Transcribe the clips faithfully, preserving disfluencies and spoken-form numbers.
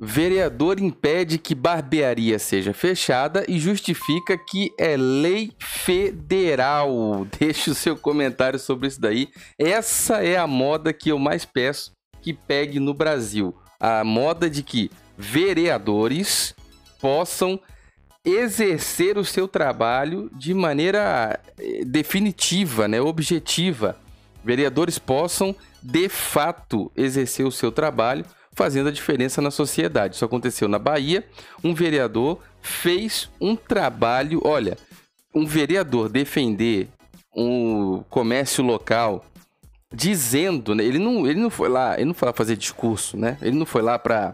Vereador impede que barbearia seja fechada e justifica que é lei federal. Deixe o seu comentário sobre isso daí. Essa é a moda que eu mais peço que pegue no Brasil. A moda de que vereadores possam exercer o seu trabalho de maneira definitiva, né, objetiva. Vereadores possam, de fato, exercer o seu trabalho fazendo a diferença na sociedade. Isso aconteceu na Bahia. Um vereador fez um trabalho... Olha, um vereador defender um comércio local dizendo... Né, ele, não, ele não foi lá ele não foi lá fazer discurso, né? Ele não foi lá para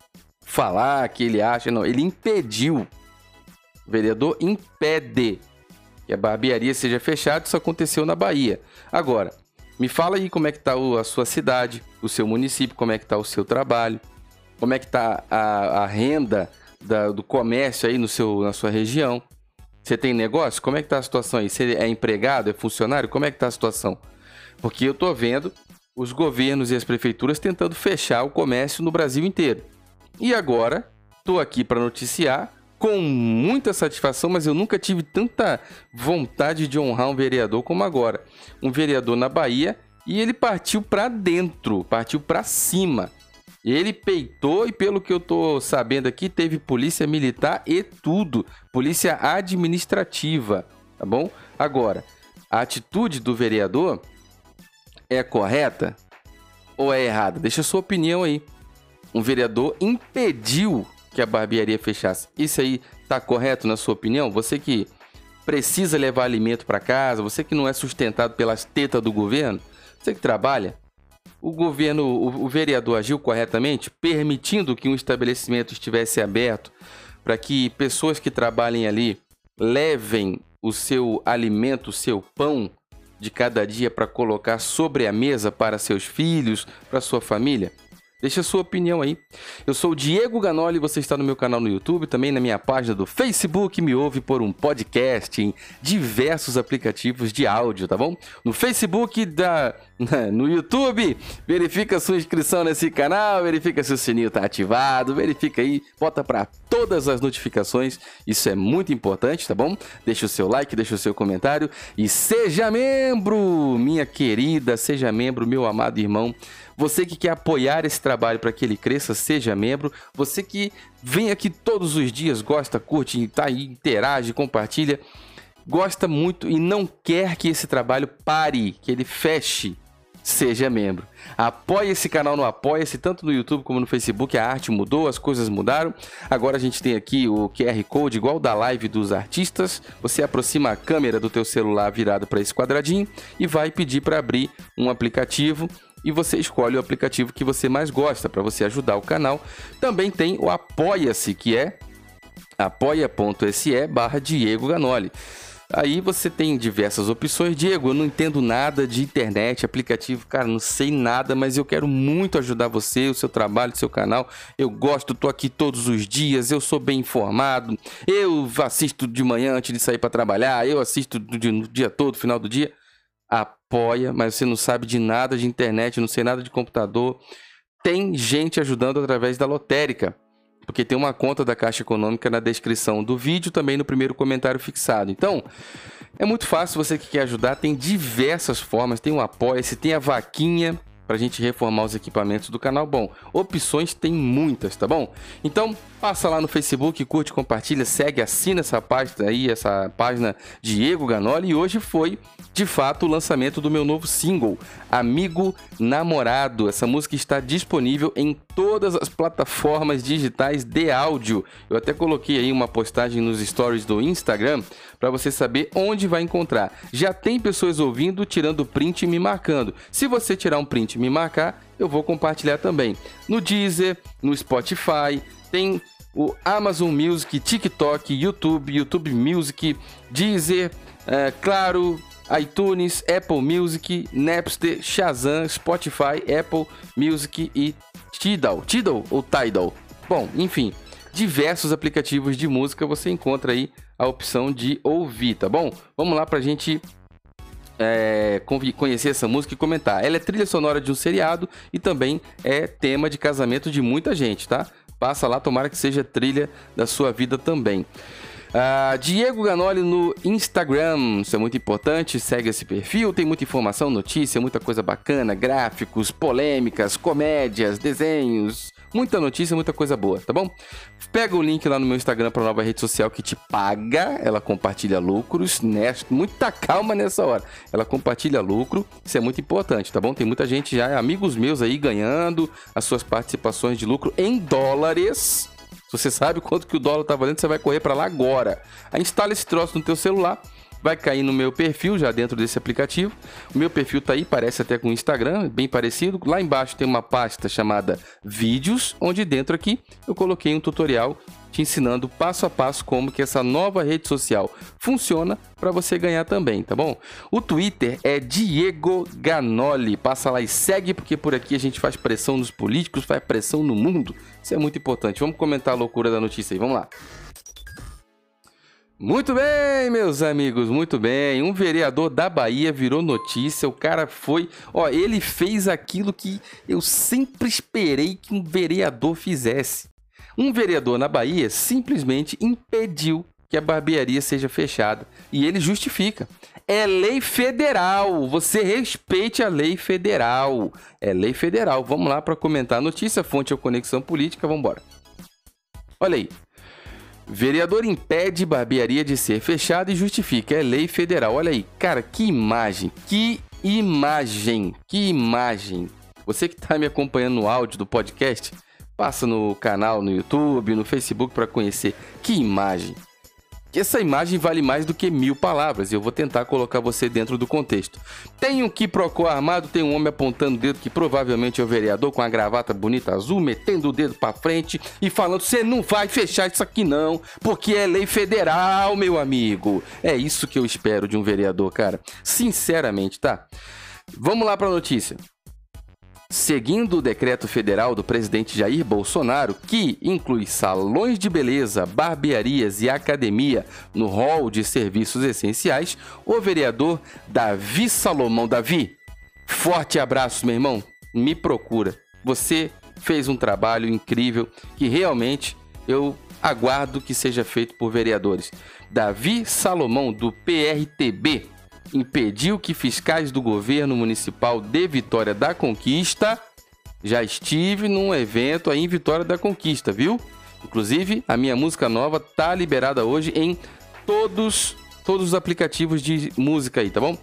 falar que ele acha... Não, ele impediu. O vereador impede que a barbearia seja fechada. Isso aconteceu na Bahia. Agora... Me fala aí como é que tá a sua cidade, o seu município, como é que tá o seu trabalho, como é que tá a, a renda da, do comércio aí no seu, na sua região. Você tem negócio? Como é que tá a situação aí? Você é empregado, é funcionário? Como é que tá a situação? Porque eu tô vendo os governos e as prefeituras tentando fechar o comércio no Brasil inteiro. E agora, tô aqui para noticiar com muita satisfação, mas eu nunca tive tanta vontade de honrar um vereador como agora. Um vereador na Bahia e ele partiu para dentro, partiu para cima. Ele peitou e, pelo que eu tô sabendo aqui, teve polícia militar e tudo. Polícia administrativa, tá bom? Agora, a atitude do vereador é correta ou é errada? Deixa a sua opinião aí. Um vereador impediu que a barbearia fechasse. Isso aí tá correto na sua opinião? Você que precisa levar alimento para casa, você que não é sustentado pelas tetas do governo, você que trabalha, o governo, o, o vereador agiu corretamente, permitindo que um estabelecimento estivesse aberto para que pessoas que trabalhem ali levem o seu alimento, o seu pão de cada dia para colocar sobre a mesa para seus filhos, para sua família? Deixa a sua opinião aí. Eu sou o Diego Ganoli, você está no meu canal no YouTube, também na minha página do Facebook, me ouve por um podcast em diversos aplicativos de áudio, tá bom? No Facebook, da, no YouTube, verifica a sua inscrição nesse canal, verifica se o sininho está ativado, verifica aí, bota para todas as notificações, isso é muito importante, tá bom? Deixa o seu like, deixa o seu comentário e seja membro, minha querida, seja membro, meu amado irmão. Você que quer apoiar esse trabalho para que ele cresça, seja membro. Você que vem aqui todos os dias, gosta, curte, tá aí, interage, compartilha, gosta muito e não quer que esse trabalho pare, que ele feche, seja membro. Apoie esse canal no Apoia-se, tanto no YouTube como no Facebook. A arte mudou, as coisas mudaram. Agora a gente tem aqui o Q R Code igual da live dos artistas. Você aproxima a câmera do teu celular virado para esse quadradinho e vai pedir para abrir um aplicativo. E você escolhe o aplicativo que você mais gosta para você ajudar o canal. Também tem o Apoia-se, que é apoia.se barra Diego Ganoli. Aí você tem diversas opções. Diego, eu não entendo nada de internet, aplicativo, cara, não sei nada, mas eu quero muito ajudar você, o seu trabalho, o seu canal. Eu gosto, tô aqui todos os dias, eu sou bem informado, eu assisto de manhã antes de sair para trabalhar, eu assisto no dia todo, final do dia. Apoia, mas você não sabe de nada de internet, não sei nada de computador. Tem gente ajudando através da lotérica, porque tem uma conta da Caixa Econômica na descrição do vídeo, também no primeiro comentário fixado. Então, é muito fácil, você que quer ajudar, tem diversas formas, tem o Apoia-se, tem a vaquinha pra gente reformar os equipamentos do canal. Bom, opções tem muitas, tá bom? Então, passa lá no Facebook, curte, compartilha, segue, assina essa página aí, essa página Diego Ganoli. E hoje foi, de fato, o lançamento do meu novo single, Amigo Namorado. Essa música está disponível em todas as plataformas digitais de áudio. Eu até coloquei aí uma postagem nos stories do Instagram para você saber onde vai encontrar. Já tem pessoas ouvindo, tirando print e me marcando. Se você tirar um print e me marcar, eu vou compartilhar também. No Deezer, no Spotify, tem o Amazon Music, TikTok, YouTube, YouTube Music, Deezer, é, claro, iTunes, Apple Music, Napster, Shazam, Spotify, Apple Music e Tidal. Tidal ou Tidal? Bom, enfim, diversos aplicativos de música você encontra aí a opção de ouvir, tá bom? Vamos lá pra gente é, conhecer essa música e comentar. Ela é trilha sonora de um seriado e também é tema de casamento de muita gente, tá? Passa lá, tomara que seja trilha da sua vida também. Uh, Diego Ganoli no Instagram, isso é muito importante, segue esse perfil, tem muita informação, notícia, muita coisa bacana, gráficos, polêmicas, comédias, desenhos, muita notícia, muita coisa boa, tá bom? Pega o link lá no meu Instagram para nova rede social que te paga, ela compartilha lucros, né? Muita calma nessa hora, ela compartilha lucro, isso é muito importante, tá bom? Tem muita gente já, amigos meus aí ganhando as suas participações de lucro em dólares. Se você sabe quanto que o dólar tá valendo, você vai correr para lá agora. Aí instala esse troço no teu celular, vai cair no meu perfil já dentro desse aplicativo. O meu perfil tá aí, parece até com o Instagram, bem parecido. Lá embaixo tem uma pasta chamada Vídeos, onde dentro aqui eu coloquei um tutorial te ensinando passo a passo como que essa nova rede social funciona para você ganhar também, tá bom? O Twitter é Diego Ganoli, passa lá e segue, porque por aqui a gente faz pressão nos políticos, faz pressão no mundo, isso é muito importante. Vamos comentar a loucura da notícia aí, vamos lá. Muito bem, meus amigos, muito bem. Um vereador da Bahia virou notícia. O cara foi... Ó, ele fez aquilo que eu sempre esperei que um vereador fizesse. Um vereador na Bahia simplesmente impediu que a barbearia seja fechada. E ele justifica. É lei federal. Você respeite a lei federal. É lei federal. Vamos lá para comentar a notícia. Fonte é o Conexão Política. Vamos embora. Olha aí. Vereador impede barbearia de ser fechada e justifica. É lei federal. Olha aí. Cara, que imagem. Que imagem. Que imagem. Você que está me acompanhando no áudio do podcast, passa no canal, no YouTube, no Facebook para conhecer. Que imagem. Essa imagem vale mais do que mil palavras e eu vou tentar colocar você dentro do contexto. Tem um quiprocó armado, tem um homem apontando o dedo que provavelmente é o vereador com a gravata bonita azul, metendo o dedo para frente e falando: você não vai fechar isso aqui não, porque é lei federal, meu amigo. É isso que eu espero de um vereador, cara. Sinceramente, tá? Vamos lá para a notícia. Seguindo o decreto federal do presidente Jair Bolsonaro, que inclui salões de beleza, barbearias e academia no rol de serviços essenciais, o vereador Davi Salomão... Davi, forte abraço, meu irmão. Me procura. Você fez um trabalho incrível que realmente eu aguardo que seja feito por vereadores. Davi Salomão, do P R T B, impediu que fiscais do governo municipal de Vitória da Conquista... Já estive num evento aí em Vitória da Conquista, viu? Inclusive, a minha música nova tá liberada hoje em todos, todos os aplicativos de música aí, tá bom?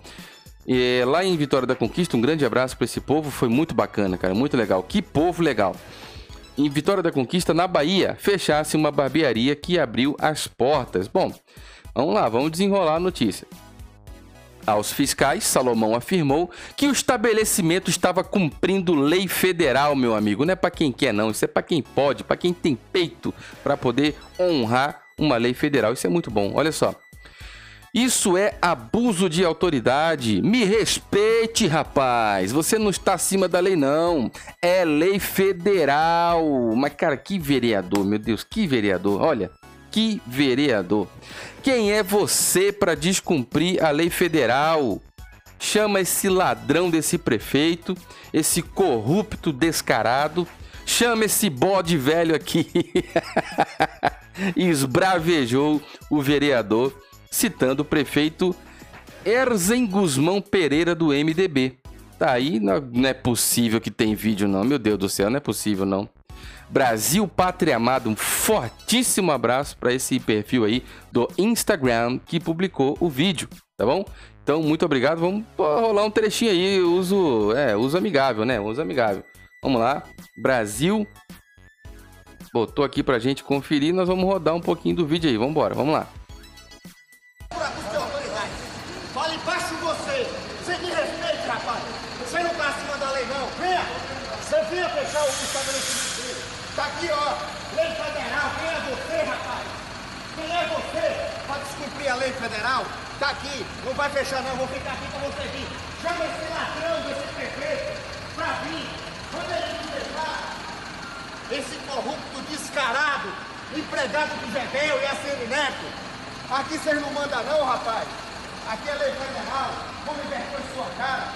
E lá em Vitória da Conquista, um grande abraço para esse povo, foi muito bacana, cara, muito legal. Que povo legal! Em Vitória da Conquista, na Bahia, fechasse uma barbearia que abriu as portas. Bom, vamos lá, vamos desenrolar a notícia. Aos fiscais, Salomão afirmou que o estabelecimento estava cumprindo lei federal, meu amigo. Não é para quem quer, não. Isso é para quem pode, para quem tem peito para poder honrar uma lei federal. Isso é muito bom. Olha só. Isso é abuso de autoridade. Me respeite, rapaz. Você não está acima da lei, não. É lei federal. Mas, cara, que vereador, meu Deus, que vereador. Olha, que vereador. Quem é você para descumprir a lei federal? Chama esse ladrão desse prefeito, esse corrupto descarado, chama esse bode velho aqui. E esbravejou o vereador, citando o prefeito Erzen Guzmão Pereira do M D B. Tá aí, não, não é possível que tem vídeo não, meu Deus do céu, não é possível não. Brasil Pátria Amada, um fortíssimo abraço para esse perfil aí do Instagram que publicou o vídeo, tá bom? Então, muito obrigado, vamos rolar um trechinho aí, uso, é, uso amigável, né? Uso amigável. Vamos lá, Brasil botou aqui pra gente conferir, nós vamos rodar um pouquinho do vídeo aí, vamos embora, vamos lá. Fale baixo você, você me respeite, rapaz, você não tá acima da lei não, venha, você venha fechar o estabelecimento. Tá aqui, ó, lei federal, quem é você, rapaz? Quem é você para descumprir a lei federal? Tá aqui, não vai fechar não, vou ficar aqui para você vir. Chama esse ladrão desse prefeito pra vir, manda ele me deixar. Esse corrupto descarado, empregado do Gedel e a Semi Neto. Aqui vocês não mandam não, rapaz. Aqui é lei federal, come vergonha em sua cara.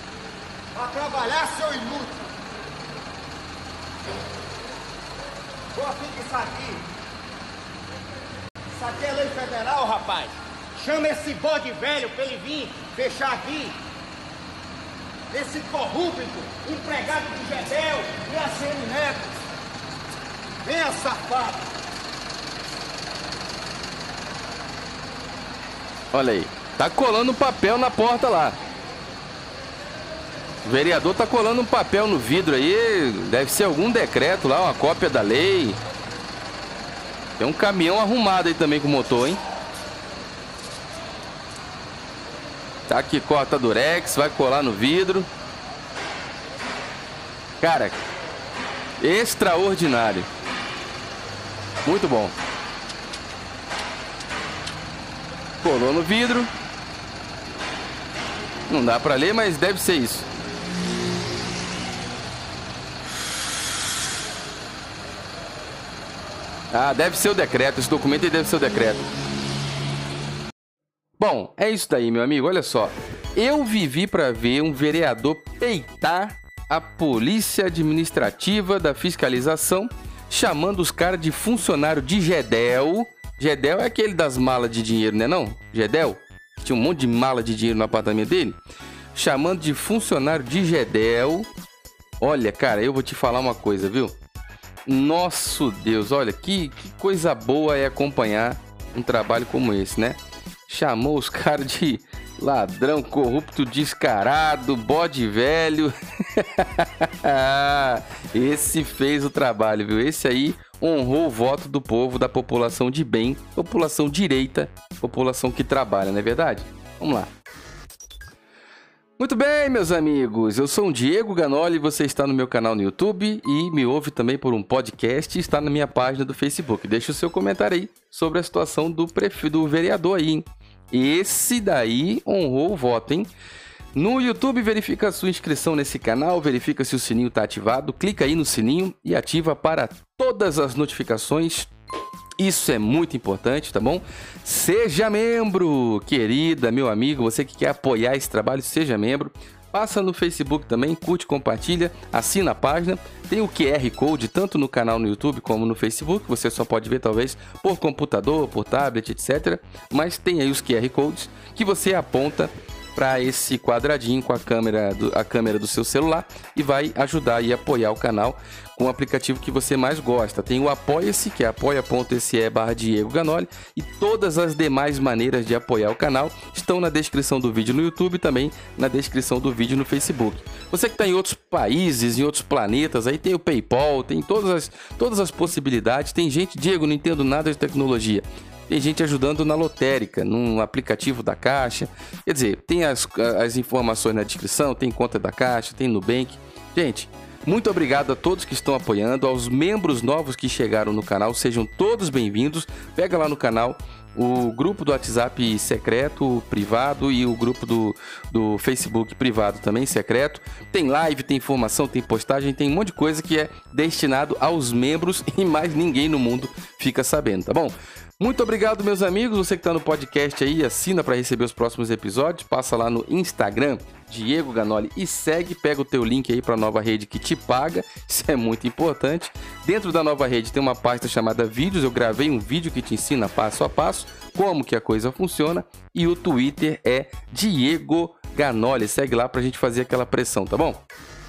Pra trabalhar, seu inútil. Boa, fica isso aqui. Isso aqui é lei federal, rapaz. Chama esse bode velho pra ele vir fechar aqui. Esse corrupto, empregado do Gedel e a Semineto. Venha, safado. Olha aí, tá colando um papel na porta lá. O vereador tá colando um papel no vidro aí, deve ser algum decreto lá, uma cópia da lei. Tem um caminhão arrumado aí também com motor, hein? Tá aqui, corta durex, vai colar no vidro. Cara, extraordinário. Muito bom. Colou no vidro. Não dá pra ler, mas deve ser isso. Ah, deve ser o decreto. Esse documento aí deve ser o decreto. Bom, é isso daí, meu amigo. Olha só. Eu vivi pra ver um vereador peitar a polícia administrativa da fiscalização, chamando os caras de funcionário de Gedel. Gedel é aquele das malas de dinheiro, né não? Gedel? Tinha um monte de mala de dinheiro no apartamento dele. Chamando de funcionário de Gedel. Olha, cara, eu vou te falar uma coisa, viu? Nosso Deus, olha, que, que coisa boa é acompanhar um trabalho como esse, né? Chamou os caras de ladrão, corrupto, descarado, bode velho. Esse fez o trabalho, viu? Esse aí honrou o voto do povo, da população de bem, população direita, população que trabalha, não é verdade? Vamos lá. Muito bem, meus amigos, eu sou o Diego Ganoli, você está no meu canal no YouTube e me ouve também por um podcast e está na minha página do Facebook. Deixa o seu comentário aí sobre a situação do, prefe... do vereador aí, hein? Esse daí honrou o voto, hein? No YouTube, verifica a sua inscrição nesse canal, verifica se o sininho está ativado, clica aí no sininho e ativa para todas as notificações. Isso é muito importante, tá bom? Seja membro, querida, meu amigo, você que quer apoiar esse trabalho, seja membro. Passa no Facebook também, curte, compartilha, assina a página. Tem o Q R Code tanto no canal no YouTube como no Facebook. Você só pode ver talvez por computador, por tablet, etcétera. Mas tem aí os Q R Codes que você aponta para esse quadradinho com a câmera, do, a câmera do seu celular e vai ajudar e apoiar o canal com o aplicativo que você mais gosta. Tem o Apoia-se, que é apoia.se barra Diego Ganoli, e todas as demais maneiras de apoiar o canal estão na descrição do vídeo no YouTube e também na descrição do vídeo no Facebook. Você que está em outros países, em outros planetas, aí tem o PayPal, tem todas as, todas as possibilidades. Tem gente, Diego, não entendo nada de tecnologia. Tem gente ajudando na lotérica, num aplicativo da Caixa. Quer dizer, tem as, as informações na descrição, tem conta da Caixa, tem Nubank. Gente, muito obrigado a todos que estão apoiando, aos membros novos que chegaram no canal, sejam todos bem-vindos. Pega lá no canal o grupo do WhatsApp secreto, privado, e o grupo do, do Facebook privado também, secreto. Tem live, tem informação, tem postagem, tem um monte de coisa que é destinado aos membros e mais ninguém no mundo fica sabendo, tá bom? Muito obrigado, meus amigos. Você que está no podcast aí, assina para receber os próximos episódios. Passa lá no Instagram, Diego Ganoli, e segue. Pega o teu link aí para a nova rede que te paga. Isso é muito importante. Dentro da nova rede tem uma pasta chamada Vídeos. Eu gravei um vídeo que te ensina passo a passo como que a coisa funciona. E o Twitter é Diego Ganoli. Segue lá para a gente fazer aquela pressão, tá bom?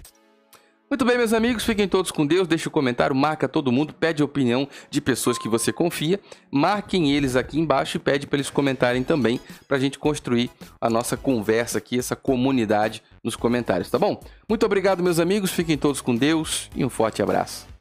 Muito bem, meus amigos, fiquem todos com Deus, deixa o comentário, marca todo mundo, pede a opinião de pessoas que você confia, marquem eles aqui embaixo e pede para eles comentarem também, para a gente construir a nossa conversa aqui, essa comunidade nos comentários, tá bom? Muito obrigado, meus amigos, fiquem todos com Deus e um forte abraço.